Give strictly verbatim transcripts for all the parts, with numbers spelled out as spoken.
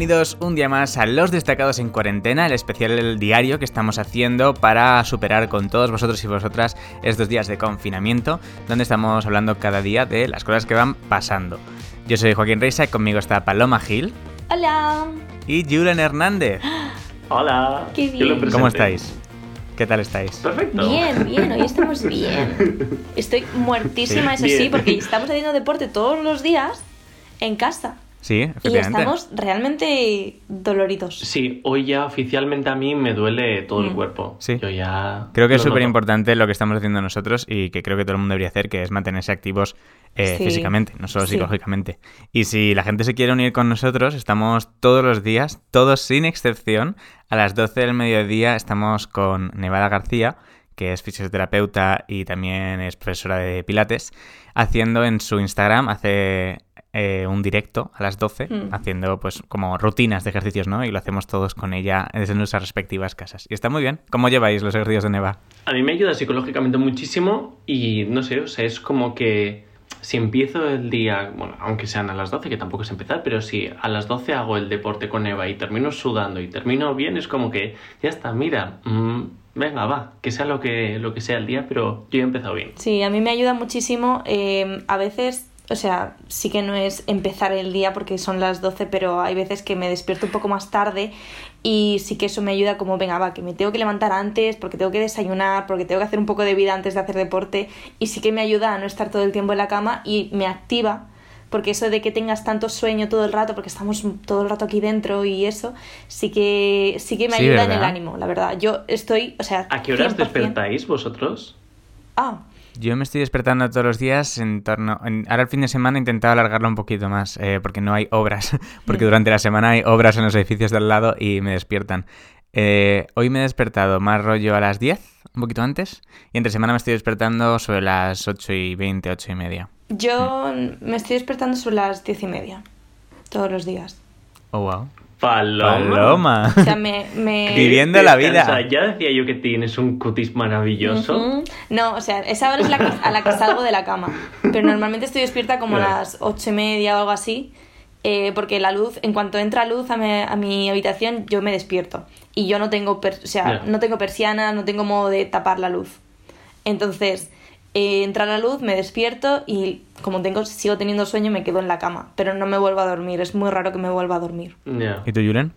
bienvenidos un día más a Los Destacados en Cuarentena, el especial el diario que estamos haciendo para superar con todos vosotros y vosotras estos días de confinamiento, donde estamos hablando cada día de las cosas que van pasando. Yo soy Joaquín Reisa y conmigo está Paloma Gil. Hola. Y Julen Hernández. Hola. Qué bien. ¿Cómo estáis? ¿Qué tal estáis? Perfecto. Bien, bien, hoy estamos bien. Estoy muertísima, Sí, eso sí, bien. porque estamos haciendo deporte todos los días en casa. Sí, Y efectivamente. estamos realmente doloridos. Sí, hoy ya oficialmente a mí me duele todo Mm. el cuerpo. Sí. Yo ya Creo que es lo súper noto. importante lo que estamos haciendo nosotros y que creo que todo el mundo debería hacer, que es mantenerse activos eh, Sí. físicamente, no solo Sí. psicológicamente. Y si la gente se quiere unir con nosotros, estamos todos los días, todos sin excepción, a las doce del mediodía estamos con Nevada García, que es fisioterapeuta y también es profesora de Pilates, haciendo en su Instagram, hace eh, un directo a las doce, Mm. haciendo pues como rutinas de ejercicios, ¿no? Y lo hacemos todos con ella desde nuestras respectivas casas. Y está muy bien. ¿Cómo lleváis los ejercicios de Neva? A mí me ayuda psicológicamente muchísimo y no sé, o sea, es como que si empiezo el día, bueno, aunque sean a las doce, que tampoco es empezar, pero si a las doce hago el deporte con Eva y termino sudando y termino bien, es como que ya está, mira, mmm, venga, va, que sea lo que, lo que sea el día, pero yo he empezado bien. Sí, a mí me ayuda muchísimo. eh, a veces, o sea, sí que no es empezar el día porque son las doce, pero hay veces que me despierto un poco más tarde y sí que eso me ayuda como, venga, va, que me tengo que levantar antes porque tengo que desayunar, porque tengo que hacer un poco de vida antes de hacer deporte, y sí que me ayuda a no estar todo el tiempo en la cama y me activa, porque eso de que tengas tanto sueño todo el rato, porque estamos todo el rato aquí dentro y eso, sí que, sí que me Sí, ayuda en ¿verdad? el ánimo, la verdad. Yo estoy, o sea, ¿A qué horas cien por ciento. despertáis vosotros? Ah, Yo me estoy despertando todos los días en torno... en- ahora el fin de semana he intentado alargarlo un poquito más, eh, porque no hay obras, porque Mm. durante la semana hay obras en los edificios de al lado y me despiertan. Eh, hoy me he despertado más rollo a las diez, un poquito antes, y entre semana me estoy despertando sobre las ocho y veinte, ocho y media. yo me estoy despertando sobre las diez y media, todos los días. Oh, wow. Paloma. Paloma. O sea, me... me... Viviendo la vida. Descansa. Ya decía yo que tienes un cutis maravilloso. Ujú. No, o sea, esa hora es la que, a la que salgo de la cama. Pero normalmente estoy despierta como a Claro. las ocho y media o algo así. eh, porque la luz, en cuanto entra luz a mi, a mi habitación, yo me despierto. Y yo no tengo, per- o sea, Ya. no tengo persiana, no tengo modo de tapar la luz. Entonces, eh, entra la luz, me despierto y como tengo, sigo teniendo sueño, me quedo en la cama. Pero no me vuelvo a dormir, es muy raro que me vuelva a dormir. Ya. ¿Y tú, Julen?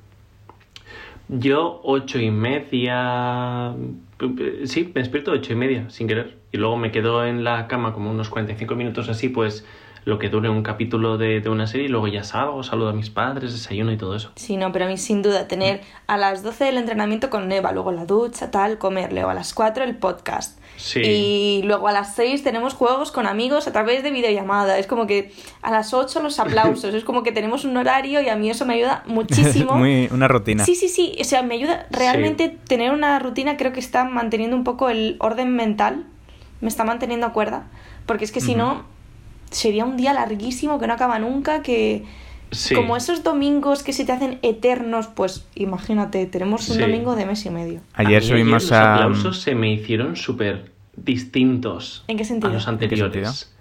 Yo ocho y media... Sí, me despierto ocho y media, sin querer. Y luego me quedo en la cama como unos cuarenta y cinco minutos así, pues lo que dure un capítulo de, de una serie, y luego ya salgo, saludo a mis padres, desayuno y todo eso. Sí, no, pero a mí sin duda tener a las doce el entrenamiento con Neva, luego la ducha, tal, comer, luego a las cuatro el podcast. Sí. Y luego a las seis tenemos juegos con amigos a través de videollamada. Es como que a las ocho los aplausos. Es como que tenemos un horario y a mí eso me ayuda muchísimo. Muy, una rutina. Sí, sí, sí. O sea, me ayuda realmente tener una rutina. Creo que está manteniendo un poco el orden mental. Me está manteniendo a cuerda. Porque es que si Ujú. no, sería un día larguísimo que no acaba nunca. Que Sí. como esos domingos que se te hacen eternos, pues imagínate, tenemos un Sí. domingo de mes y medio. Ayer A mí subimos los a... aplausos se me hicieron súper distintos ¿En qué sentido? a los ¿En qué anteriores.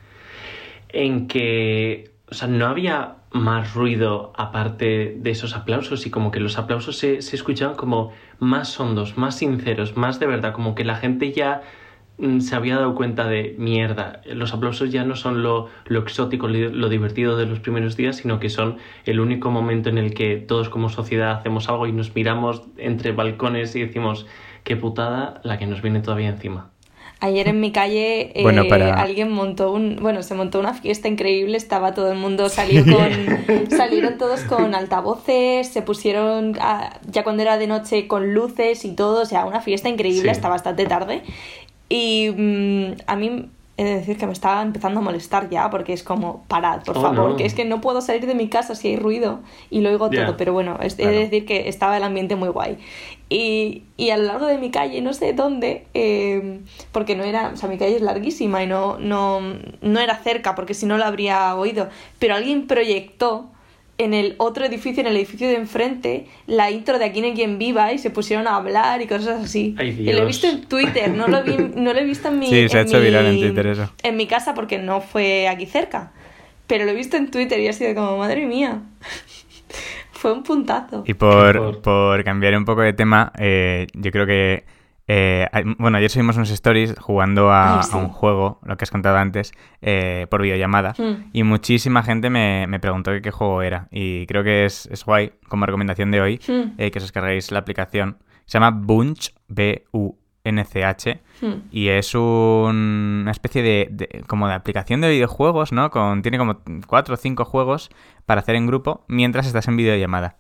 En que, o sea, no había más ruido aparte de esos aplausos, y como que los aplausos se, se escuchaban como más hondos, más sinceros, más de verdad, como que la gente ya mm, se había dado cuenta de mierda. Los aplausos ya no son lo, lo exótico, lo, lo divertido de los primeros días, sino que son el único momento en el que todos como sociedad hacemos algo y nos miramos entre balcones y decimos, qué putada la que nos viene todavía encima. Ayer en mi calle eh, Bueno, para- alguien montó un, bueno, se montó una fiesta increíble, estaba todo el mundo, salió con, salieron todos con altavoces, se pusieron a- ya cuando era de noche con luces y todo, o sea, una fiesta increíble Sí. hasta bastante tarde. Y mm, a mí he de decir que me estaba empezando a molestar ya, porque es como, parad, por Oh, favor, no. que es que no puedo salir de mi casa si hay ruido y lo oigo Ya. todo, pero bueno, es- he Claro. de decir que estaba el ambiente muy guay. Y, y a lo largo de mi calle, no sé dónde, eh, porque no era, o sea, mi calle es larguísima y no, no, no era cerca, porque si no lo habría oído, pero alguien proyectó en el otro edificio, en el edificio de enfrente, la intro de Aquí no hay quien viva y se pusieron a hablar y cosas así. Ay, Y lo he Dios. visto en Twitter, no lo, vi, no lo he visto en mi, Sí, se ha en hecho mi- viral en Twitter eso. en mi casa porque no fue aquí cerca. Pero lo he visto en Twitter y ha sido como, madre mía. Fue un puntazo. Y por, por cambiar un poco de tema, eh, yo creo que... Eh, bueno, ayer subimos unos stories jugando a, Ay, sí. a un juego, lo que has contado antes, eh, por videollamada. Mm. Y muchísima gente me, me preguntó qué juego era. Y creo que es, es guay, como recomendación de hoy, Mm. eh, que os descarguéis la aplicación. Se llama Bunch, B U N C H. Mm. Y es un- una especie de, de- como de aplicación de videojuegos, ¿no? Con, tiene como cuatro o cinco juegos para hacer en grupo mientras estás en videollamada.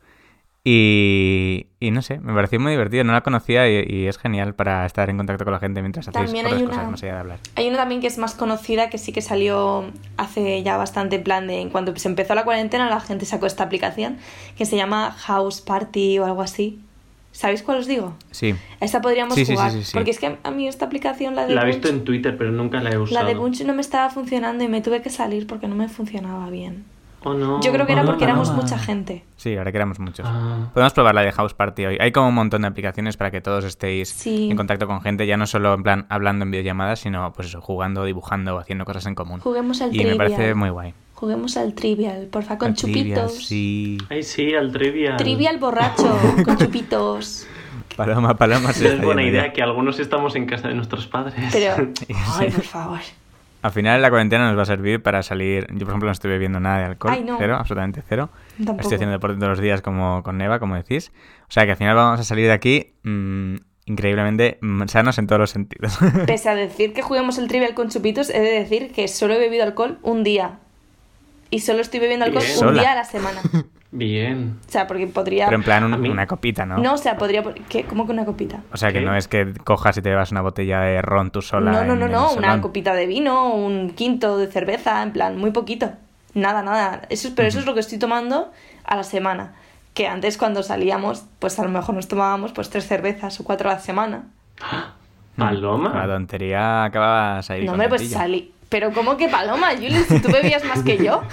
Y, y no sé, me pareció muy divertido, no la conocía y, y es genial para estar en contacto con la gente mientras hacéis También otras hay cosas, una- más allá de hablar. Hay una también que es más conocida, que sí que salió hace ya bastante, en plan de en cuanto se empezó la cuarentena la gente sacó esta aplicación que se llama House Party o algo así. ¿Sabéis cuál os digo? Sí, Esta podríamos Sí, sí, jugar. sí, sí, sí. Porque es que a mí esta aplicación, la de La he Bunch, visto en Twitter, pero nunca la he usado. la de Bunch no me estaba funcionando y me tuve que salir porque no me funcionaba bien. Oh, no. Yo creo que era Oh, porque no. éramos mucha gente. sí, ahora que éramos muchos. Ah. Podemos probar la de House Party hoy. Hay como un montón de aplicaciones para que todos estéis Sí. en contacto con gente, ya no solo en plan hablando en videollamadas, sino pues eso, jugando, dibujando o haciendo cosas en común. Juguemos al Y me Trivial. parece muy guay. Juguemos al Trivial, porfa, con Al Trivial, chupitos. sí. Ay, sí, al Trivial. Trivial borracho, con chupitos. Paloma, Paloma se Es está buena yendo idea ya. que algunos estamos en casa de nuestros padres. Pero, Sí. ay, por favor. Al final la cuarentena nos va a servir para salir... Yo, por ejemplo, no estoy bebiendo nada de alcohol. Ay, no. Cero, absolutamente cero. Tampoco. Estoy haciendo deporte todos los días como con Neva, como decís. O sea que al final vamos a salir de aquí mmm, increíblemente mm, sanos en todos los sentidos. Pese a decir que juguemos el Trivial con chupitos, he de decir que solo he bebido alcohol un día. Y solo estoy bebiendo alcohol Bien. un Sola. día a la semana. Bien. O sea, porque podría... Pero en plan un- A mí- una copita, ¿no? No, o sea, podría... ¿Qué? ¿Cómo que una copita? O sea que ¿Qué? no es que cojas y te bebas una botella de ron tú sola. No, no, en no, el no, una salón. copita de vino, un quinto de cerveza, en plan, muy poquito. Nada, nada. Eso, es- pero eso es lo que estoy tomando a la semana. Que antes cuando salíamos, pues a lo mejor nos tomábamos pues tres cervezas o cuatro a la semana. Con la Paloma. tontería acababas ahí. No, hombre, pues salí. Pero ¿cómo que paloma, Julie? Si tú bebías más que yo.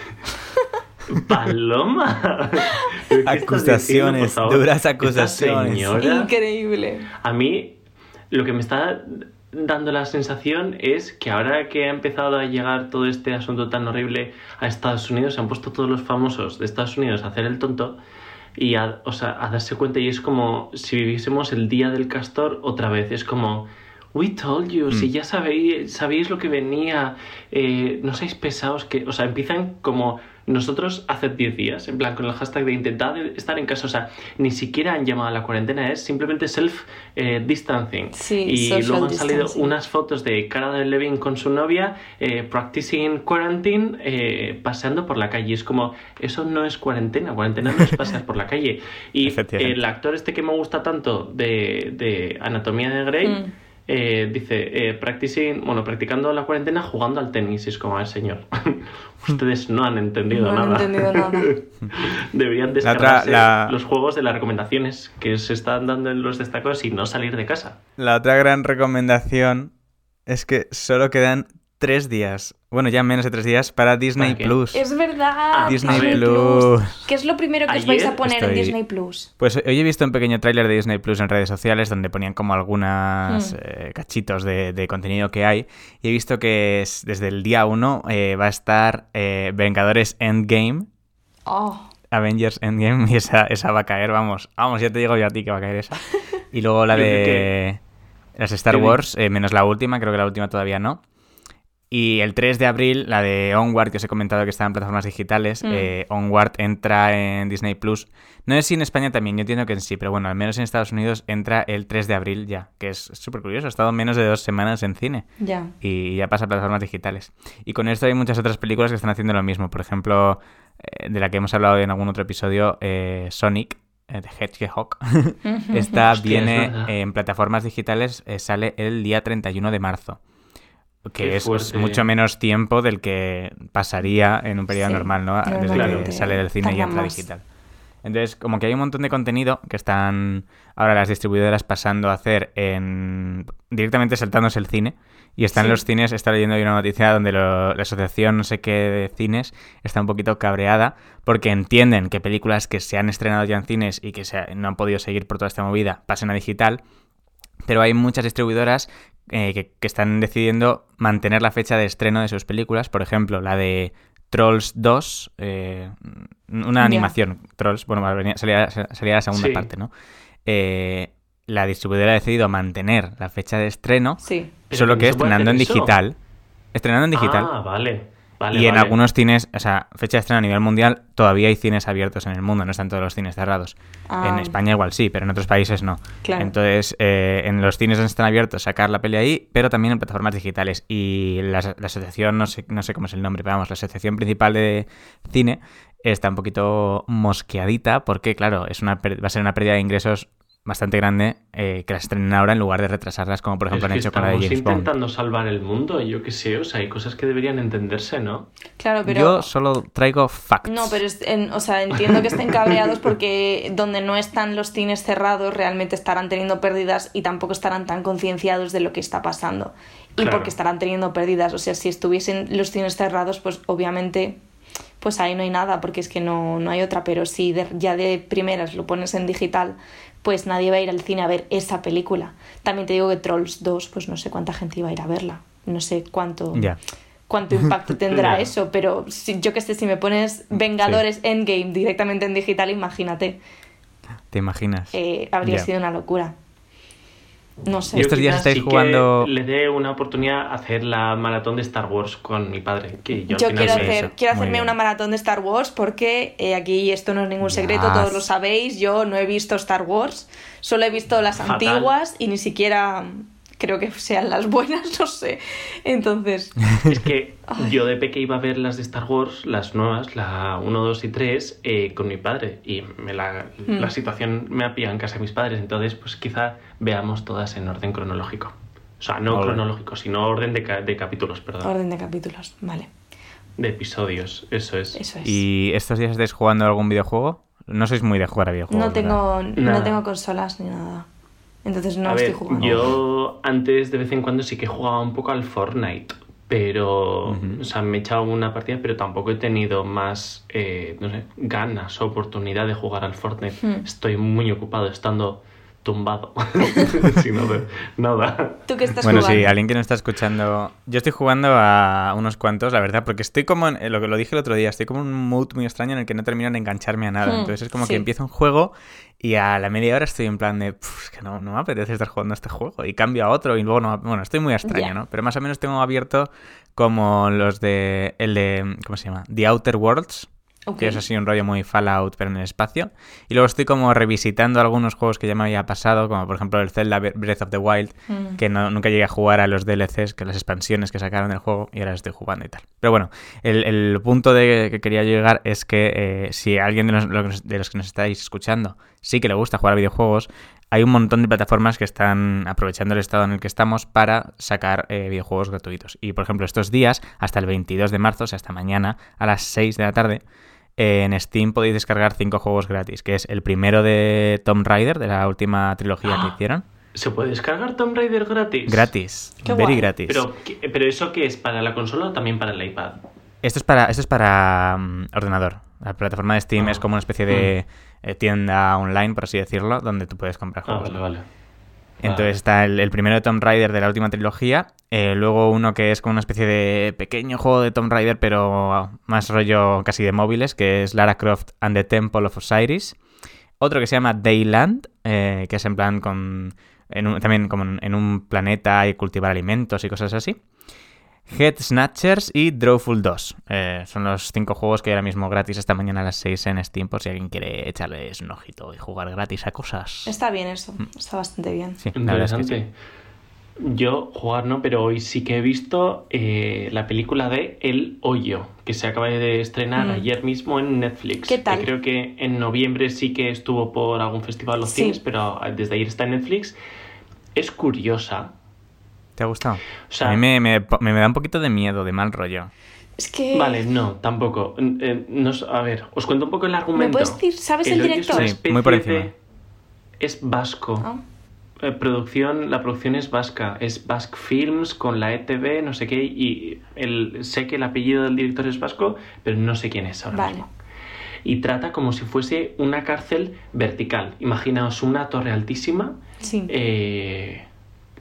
Paloma. ¿Pero qué estás Acusaciones, diciendo, por favor? duras Esta acusaciones. señora, Increíble. a mí lo que me está dando la sensación es que ahora que ha empezado a llegar todo este asunto tan horrible a Estados Unidos, se han puesto todos los famosos de Estados Unidos a hacer el tonto y a, o sea, a darse cuenta, y es como si viviésemos el día del castor otra vez. Es como, we told you, Mm. si ya sabéis, sabéis lo que venía, eh, no seáis pesados, que, o sea, empiezan como nosotros hace diez días, en plan con el hashtag de intentar estar en casa, o sea, ni siquiera han llamado a la cuarentena, es simplemente self-distancing. Sí, y social luego han salido distancing. unas fotos de Cara Delevingne con su novia, eh, practicing quarantine, eh, paseando por la calle. Es como, eso no es cuarentena, cuarentena no es pasear por la calle. Y Efectivamente. el actor este que me gusta tanto de, de Anatomía de Grey, Mm. eh, dice, eh, practicing, bueno, practicando la cuarentena jugando al tenis. Y es como, el señor, ustedes no han entendido No nada. han entendido nada. Deberían La descargarse otra- la- los juegos de las recomendaciones que se están dando en los destacados y no salir de casa. La otra gran recomendación es que solo quedan tres días, bueno, ya menos de tres días, para Disney ¿Para qué? Plus. Es verdad. Ah, Disney a ver. Plus. ¿Qué es lo primero que os Ayer vais a poner en estoy- Disney Plus? Pues hoy he visto un pequeño tráiler de Disney Plus en redes sociales donde ponían como algunas Hmm. eh, cachitos de, de contenido que hay y he visto que es- desde el día uno eh, va a estar eh, Vengadores Endgame, Oh. Avengers Endgame, y esa, esa va a caer, vamos, vamos, ya te digo yo a ti que va a caer esa. Y luego la Yo creo de las Star que vi- Wars, eh, menos la última, creo que la última todavía no. Y el tres de abril, la de Onward, que os he comentado que está en plataformas digitales, Mm. eh, Onward entra en Disney Plus. No sé si en España también, yo entiendo que en sí, pero bueno, al menos en Estados Unidos entra el tres de abril ya, que es súper curioso, ha estado menos de dos semanas en cine Ya. y ya pasa a plataformas digitales. Y con esto hay muchas otras películas que están haciendo lo mismo. Por ejemplo, eh, de la que hemos hablado en algún otro episodio, eh, Sonic, eh, de Hedgehog. Esta Hostia, viene es verdad. en plataformas digitales, eh, sale el día treinta y uno de marzo. Que Qué es pues, fuerte. mucho menos tiempo del que pasaría en un periodo Sí, normal, ¿no? Desde normalmente que sale del cine y tardan entra más. digital. Entonces, como que hay un montón de contenido que están ahora las distribuidoras pasando a hacer en directamente saltándose el cine. Y están Sí. los cines, está leyendo hoy una noticia donde lo- la asociación no sé qué de cines está un poquito cabreada porque entienden que películas que se han estrenado ya en cines y que se, no han podido seguir por toda esta movida pasen a digital. Pero hay muchas distribuidoras eh, que, que están decidiendo mantener la fecha de estreno de sus películas. Por ejemplo, la de Trolls dos, eh, una animación, yeah. Trolls, bueno, salía, salía la segunda sí. parte, ¿no? Eh, la distribuidora ha decidido mantener la fecha de estreno, sí. solo que estrenando en eso? digital. Estrenando en digital. Ah, vale. Vale, y en vale. algunos cines, o sea, fecha de estreno a nivel mundial, todavía hay cines abiertos en el mundo, no están todos los cines cerrados. Ah. En España igual sí, pero en otros países no. Claro. Entonces, eh, en los cines donde están abiertos, sacar la peli ahí, pero también en plataformas digitales. Y la, la asociación, no sé, no sé cómo es el nombre, pero vamos, la asociación principal de cine está un poquito mosqueadita porque, claro, es una va a ser una pérdida de ingresos bastante grande eh, que las estrenen ahora en lugar de retrasarlas, como por ejemplo han hecho con la de James Bond. Estamos intentando salvar el mundo, yo qué sé, o sea, hay cosas que deberían entenderse, ¿no? Claro, pero... Yo solo traigo facts. No, pero, es, en, o sea, entiendo que estén cabreados porque donde no están los cines cerrados realmente estarán teniendo pérdidas y tampoco estarán tan concienciados de lo que está pasando. Y claro. porque estarán teniendo pérdidas, o sea, si estuviesen los cines cerrados, pues obviamente... pues ahí no hay nada, porque es que no, no hay otra, pero si de, ya de primeras lo pones en digital, pues nadie va a ir al cine a ver esa película. También te digo que Trolls dos, pues no sé cuánta gente iba a ir a verla, no sé cuánto, yeah. cuánto impacto tendrá yeah. eso, pero si, yo que sé, si me pones Vengadores sí. Endgame directamente en digital, imagínate. ¿Te imaginas? Eh, habría yeah. sido una locura. No sé. Yo estos días estáis sí jugando... le dé una oportunidad a hacer la maratón de Star Wars con mi padre. Que yo yo al quiero, final hacer, eso. quiero hacerme una maratón de Star Wars porque eh, aquí esto no es ningún secreto, yes. todos lo sabéis. Yo no he visto Star Wars, solo he visto las Fatal. antiguas y ni siquiera creo que sean las buenas, no sé. Entonces... Es que yo de peque iba a ver las de Star Wars, las nuevas, la uno, dos y tres, eh, con mi padre. Y me la, mm. la situación me ha pillado en casa de mis padres. Entonces, pues quizá veamos todas en orden cronológico. O sea, no Vale. cronológico, sino orden de, ca- de capítulos, perdón. Orden de capítulos, vale. De episodios, eso es. Eso es. ¿Y estos días estáis jugando algún videojuego? No sois muy de jugar a videojuegos. No tengo, Nada. no tengo consolas ni nada. Entonces no a estoy ver, jugando. Yo antes de vez en cuando sí que jugaba un poco al Fortnite, pero uh-huh. o sea, me he echado una partida, pero tampoco he tenido más eh, no sé, ganas o oportunidad de jugar al Fortnite. Hmm. Estoy muy ocupado estando tumbado sin hacer nada. ¿Tú qué estás bueno, jugando? Bueno, sí, alguien que no está escuchando... Yo estoy jugando a unos cuantos, la verdad, porque estoy como... En, lo que lo dije el otro día, estoy como en un mood muy extraño en el que no termino de engancharme a nada. Hmm, Entonces es como sí. que empiezo un juego y a la media hora estoy en plan de... Es que no, no me apetece estar jugando a este juego. Y cambio a otro y luego no... Bueno, estoy muy extraño, yeah. ¿no? Pero más o menos tengo abierto como los de... El de... ¿Cómo se llama? The Outer Worlds. Okay. Que es así un rollo muy Fallout, pero en el espacio. Y luego estoy como revisitando algunos juegos que ya me había pasado, como por ejemplo el Zelda Breath of the Wild, mm. que no, nunca llegué a jugar a los D L Cs, que las expansiones que sacaron del juego, y ahora estoy jugando y tal. Pero bueno, el, el punto de que quería llegar es que eh, si a alguien de los, de los que nos estáis escuchando sí que le gusta jugar a videojuegos, hay un montón de plataformas que están aprovechando el estado en el que estamos para sacar eh, videojuegos gratuitos. Y por ejemplo, estos días, hasta el veintidós de marzo, o sea, hasta mañana a las seis de la tarde, en Steam podéis descargar cinco juegos gratis, que es el primero de Tomb Raider, de la última trilogía ah, que hicieron. ¿Se puede descargar Tomb Raider gratis? Gratis, Qué very guay. gratis. Pero, ¿Pero eso qué es? ¿Para la consola o también para el iPad? Esto es para, esto es para um, ordenador. La plataforma de Steam ah. es como una especie de mm. eh, tienda online, por así decirlo, donde tú puedes comprar juegos. Ah, vale, vale. Entonces vale. está el, el primero de Tomb Raider de la última trilogía, eh, luego uno que es como una especie de pequeño juego de Tomb Raider, pero más rollo casi de móviles, que es Lara Croft and the Temple of Osiris. Otro que se llama Dayland, eh, que es en plan con en un, también como en un planeta y cultivar alimentos y cosas así. Head Snatchers y Drawful dos. Eh, son los cinco juegos que hay ahora mismo gratis esta mañana a las seis en Steam, por si alguien quiere echarles un ojito y jugar gratis a cosas. Está bien eso, está bastante bien. Sí, la verdad es que sí. Yo jugar no, pero hoy sí que he visto eh, la película de El Hoyo, que se acaba de estrenar mm. ayer mismo en Netflix. ¿Qué tal? Que creo que en noviembre sí que estuvo por algún festival de los sí. cines, pero desde ayer está en Netflix. Es curiosa. ¿Te ha gustado? O sea, a mí me, me, me, me da un poquito de miedo, de mal rollo. Es que... Vale, no, tampoco. Eh, no, a ver, os cuento un poco el argumento. ¿Me puedes decir, sabes el, el director? Sí, muy por encima. De, es vasco. ¿Ah? Eh, producción, la producción es vasca. Es Basque Films con la E T V, no sé qué. Y el, sé que el apellido del director es vasco, pero no sé quién es ahora vale. mismo. Y trata como si fuese una cárcel vertical. Imaginaos una torre altísima. Sí. Eh...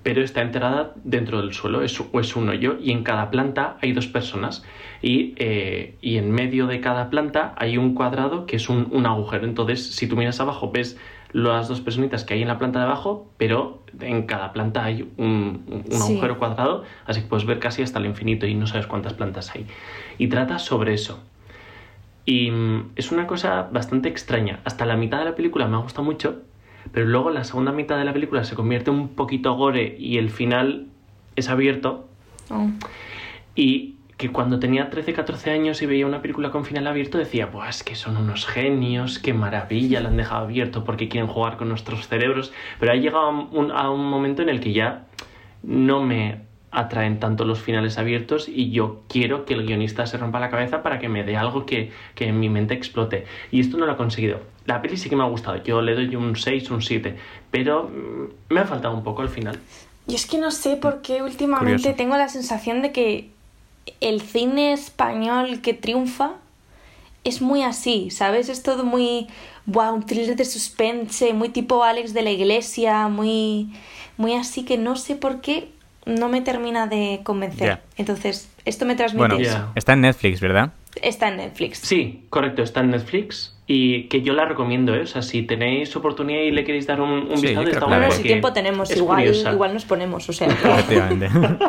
pero está enterrada dentro del suelo, es, es un hoyo, y en cada planta hay dos personas, y, eh, y en medio de cada planta hay un cuadrado que es un, un agujero. Entonces, si tú miras abajo, ves las dos personitas que hay en la planta de abajo, pero en cada planta hay un, un sí. agujero cuadrado, así que puedes ver casi hasta el infinito y no sabes cuántas plantas hay. Y trata sobre eso. Y es una cosa bastante extraña. Hasta la mitad de la película me ha gustado mucho, pero luego la segunda mitad de la película se convierte un poquito gore y el final es abierto. Oh. Y que cuando tenía trece, catorce años y veía una película con final abierto decía, pues es que son unos genios, qué maravilla, la han dejado abierto porque quieren jugar con nuestros cerebros. Pero ha llegado a un, a un momento en el que ya no me atraen tanto los finales abiertos y yo quiero que el guionista se rompa la cabeza para que me dé algo que, que en mi mente explote. Y esto no lo ha conseguido. La peli sí que me ha gustado, yo le doy un seis, un siete, pero me ha faltado un poco al final. Yo es que no sé por qué últimamente Curioso. tengo la sensación de que el cine español que triunfa es muy así, ¿sabes? Es todo muy, wow, un thriller de suspense, muy tipo Alex de la Iglesia, muy, muy así, que no sé por qué no me termina de convencer. Yeah. Entonces, esto me transmite bueno, eso. Yeah. Está en Netflix, ¿verdad? Está en Netflix. Sí, correcto, está en Netflix y que yo la recomiendo, ¿eh? O sea, si tenéis oportunidad y le queréis dar un, un sí, vistazo, está bueno. Bueno, si tiempo tenemos, igual, igual nos ponemos, o sea. Efectivamente.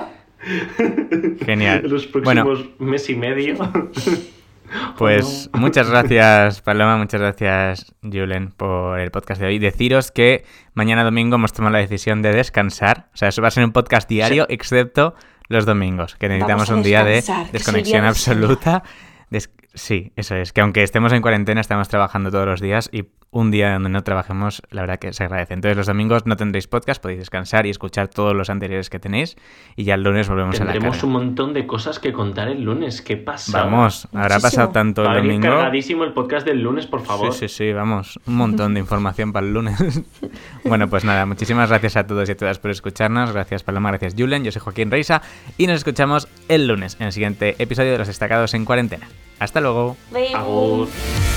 Genial. Los próximos bueno, mes y medio. Pues oh no. muchas gracias, Paloma, muchas gracias, Julen, por el podcast de hoy. Deciros que mañana domingo hemos tomado la decisión de descansar. O sea, eso va a ser un podcast diario, sí. excepto los domingos, que necesitamos un día de desconexión absoluta. Des- sí, eso es, que aunque estemos en cuarentena, estamos trabajando todos los días y un día donde no trabajemos, la verdad que se agradece. Entonces los domingos no tendréis podcast, podéis descansar y escuchar todos los anteriores que tenéis y ya el lunes volvemos Tendremos a la carga. Tendremos un montón de cosas que contar el lunes, ¿qué pasa? Vamos, habrá Muchísimo. pasado tanto el domingo. Cargadísimo el podcast del lunes, por favor. Sí, sí, sí, vamos, un montón de información para el lunes. Bueno, pues nada, muchísimas gracias a todos y a todas por escucharnos. Gracias Paloma, gracias Julen, yo soy Joaquín Reisa y nos escuchamos el lunes en el siguiente episodio de Los Destacados en Cuarentena. Hasta luego. Agur.